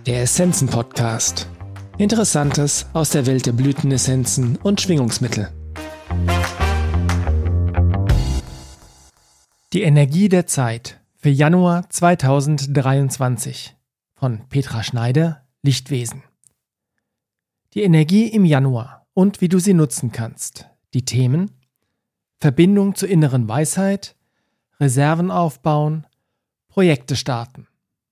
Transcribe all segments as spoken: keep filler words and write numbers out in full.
Der Essenzen-Podcast. Interessantes aus der Welt der Blütenessenzen und Schwingungsmittel. Die Energie der Zeit für Januar zweitausenddreiundzwanzig von Petra Schneider, Lichtwesen. Die Energie im Januar und wie du sie nutzen kannst. Die Themen: Verbindung zur inneren Weisheit, Reserven aufbauen, Projekte starten.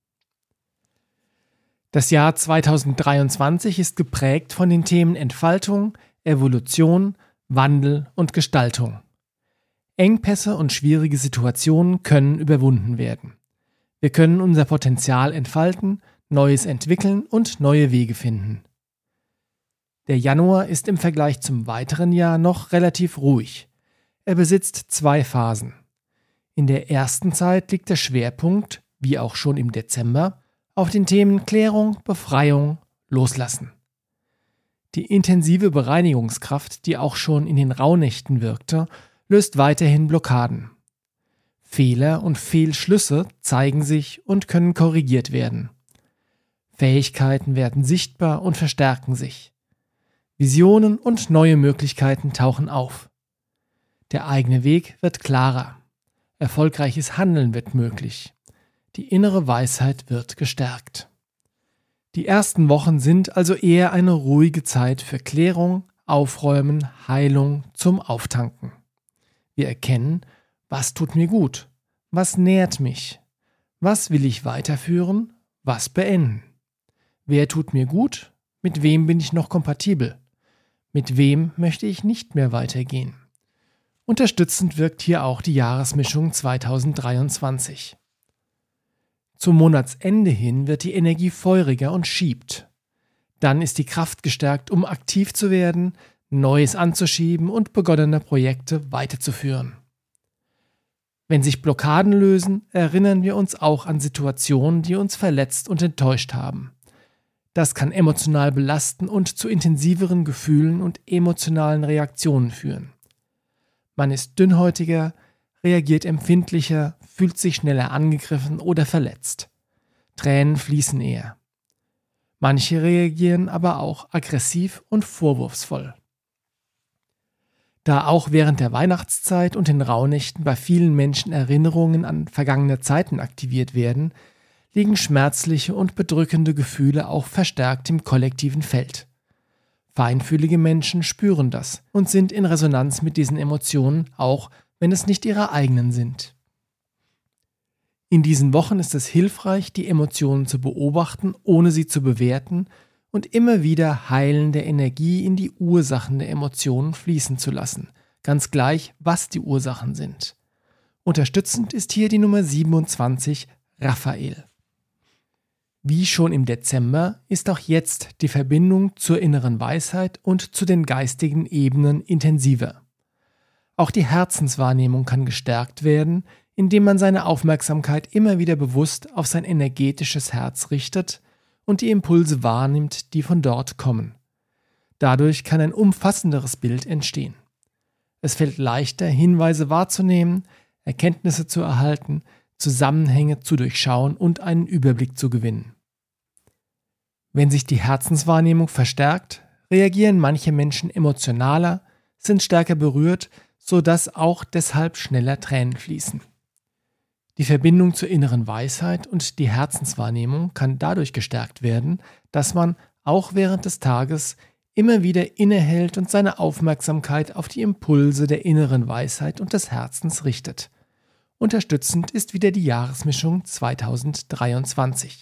Das Jahr zweitausenddreiundzwanzig ist geprägt von den Themen Entfaltung, Evolution, Wandel und Gestaltung. Engpässe und schwierige Situationen können überwunden werden. Wir können unser Potenzial entfalten, Neues entwickeln und neue Wege finden. Der Januar ist im Vergleich zum weiteren Jahr noch relativ ruhig. Er besitzt zwei Phasen. In der ersten Zeit liegt der Schwerpunkt, wie auch schon im Dezember, auf den Themen Klärung, Befreiung, Loslassen. Die intensive Bereinigungskraft, die auch schon in den Rauhnächten wirkte, löst weiterhin Blockaden. Fehler und Fehlschlüsse zeigen sich und können korrigiert werden. Fähigkeiten werden sichtbar und verstärken sich. Visionen und neue Möglichkeiten tauchen auf. Der eigene Weg wird klarer. Erfolgreiches Handeln wird möglich. Die innere Weisheit wird gestärkt. Die ersten Wochen sind also eher eine ruhige Zeit für Klärung, Aufräumen, Heilung zum Auftanken. Wir erkennen, was tut mir gut, was nährt mich, was will ich weiterführen, was beenden. Wer tut mir gut, mit wem bin ich noch kompatibel, mit wem möchte ich nicht mehr weitergehen. Unterstützend wirkt hier auch die Jahresmischung zweitausenddreiundzwanzig. Zum Monatsende hin wird die Energie feuriger und schiebt. Dann ist die Kraft gestärkt, um aktiv zu werden, Neues anzuschieben und begonnene Projekte weiterzuführen. Wenn sich Blockaden lösen, erinnern wir uns auch an Situationen, die uns verletzt und enttäuscht haben. Das kann emotional belasten und zu intensiveren Gefühlen und emotionalen Reaktionen führen. Man ist dünnhäutiger, reagiert empfindlicher, fühlt sich schneller angegriffen oder verletzt. Tränen fließen eher. Manche reagieren aber auch aggressiv und vorwurfsvoll. Da auch während der Weihnachtszeit und den Rauhnächten bei vielen Menschen Erinnerungen an vergangene Zeiten aktiviert werden, liegen schmerzliche und bedrückende Gefühle auch verstärkt im kollektiven Feld. Feinfühlige Menschen spüren das und sind in Resonanz mit diesen Emotionen, auch wenn es nicht ihre eigenen sind. In diesen Wochen ist es hilfreich, die Emotionen zu beobachten, ohne sie zu bewerten und immer wieder heilende Energie in die Ursachen der Emotionen fließen zu lassen, ganz gleich, was die Ursachen sind. Unterstützend ist hier die Nummer siebenundzwanzig, Raphael. Wie schon im Dezember ist auch jetzt die Verbindung zur inneren Weisheit und zu den geistigen Ebenen intensiver. Auch die Herzenswahrnehmung kann gestärkt werden, indem man seine Aufmerksamkeit immer wieder bewusst auf sein energetisches Herz richtet und die Impulse wahrnimmt, die von dort kommen. Dadurch kann ein umfassenderes Bild entstehen. Es fällt leichter, Hinweise wahrzunehmen, Erkenntnisse zu erhalten, Zusammenhänge zu durchschauen und einen Überblick zu gewinnen. Wenn sich die Herzenswahrnehmung verstärkt, reagieren manche Menschen emotionaler, sind stärker berührt, sodass auch deshalb schneller Tränen fließen. Die Verbindung zur inneren Weisheit und die Herzenswahrnehmung kann dadurch gestärkt werden, dass man auch während des Tages immer wieder innehält und seine Aufmerksamkeit auf die Impulse der inneren Weisheit und des Herzens richtet. Unterstützend ist wieder die Jahresmischung zweitausenddreiundzwanzig.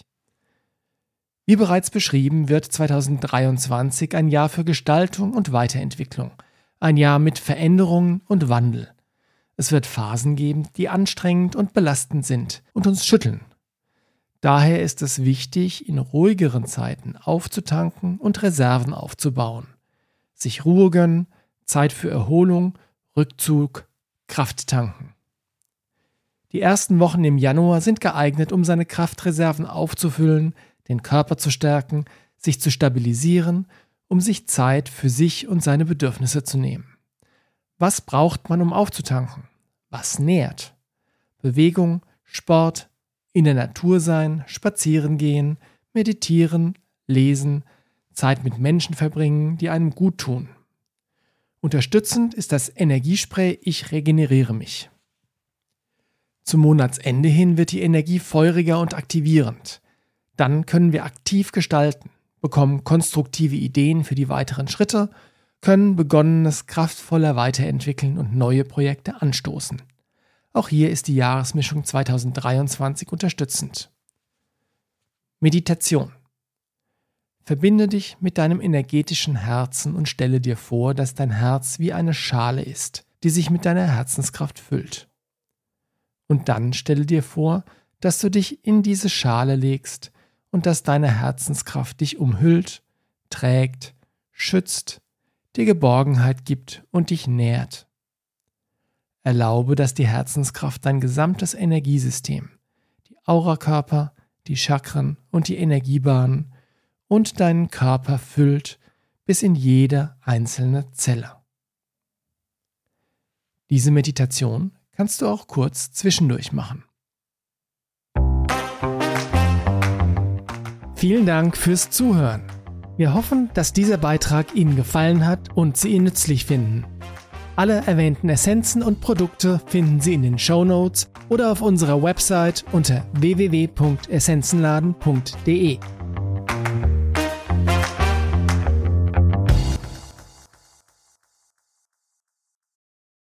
Wie bereits beschrieben, wird zweitausenddreiundzwanzig ein Jahr für Gestaltung und Weiterentwicklung. Ein Jahr mit Veränderungen und Wandel. Es wird Phasen geben, die anstrengend und belastend sind und uns schütteln. Daher ist es wichtig, in ruhigeren Zeiten aufzutanken und Reserven aufzubauen. Sich Ruhe gönnen, Zeit für Erholung, Rückzug, Kraft tanken. Die ersten Wochen im Januar sind geeignet, um seine Kraftreserven aufzufüllen, den Körper zu stärken, sich zu stabilisieren, um sich Zeit für sich und seine Bedürfnisse zu nehmen. Was braucht man, um aufzutanken? Was nährt? Bewegung, Sport, in der Natur sein, spazieren gehen, meditieren, lesen, Zeit mit Menschen verbringen, die einem gut tun. Unterstützend ist das Energiespray Ich regeneriere mich. Zum Monatsende hin wird die Energie feuriger und aktivierend. Dann können wir aktiv gestalten, bekommen konstruktive Ideen für die weiteren Schritte, können Begonnenes kraftvoller weiterentwickeln und neue Projekte anstoßen. Auch hier ist die Jahresmischung zweitausenddreiundzwanzig unterstützend. Meditation. Verbinde dich mit deinem energetischen Herzen und stelle dir vor, dass dein Herz wie eine Schale ist, die sich mit deiner Herzenskraft füllt. Und dann stelle dir vor, dass du dich in diese Schale legst und dass deine Herzenskraft dich umhüllt, trägt, schützt, dir Geborgenheit gibt und dich nährt. Erlaube, dass die Herzenskraft dein gesamtes Energiesystem, die Aurakörper, die Chakren und die Energiebahnen und deinen Körper füllt bis in jede einzelne Zelle. Diese Meditation kannst du auch kurz zwischendurch machen. Vielen Dank fürs Zuhören. Wir hoffen, dass dieser Beitrag Ihnen gefallen hat und Sie ihn nützlich finden. Alle erwähnten Essenzen und Produkte finden Sie in den Shownotes oder auf unserer Website unter w w w punkt essenzenladen punkt d e.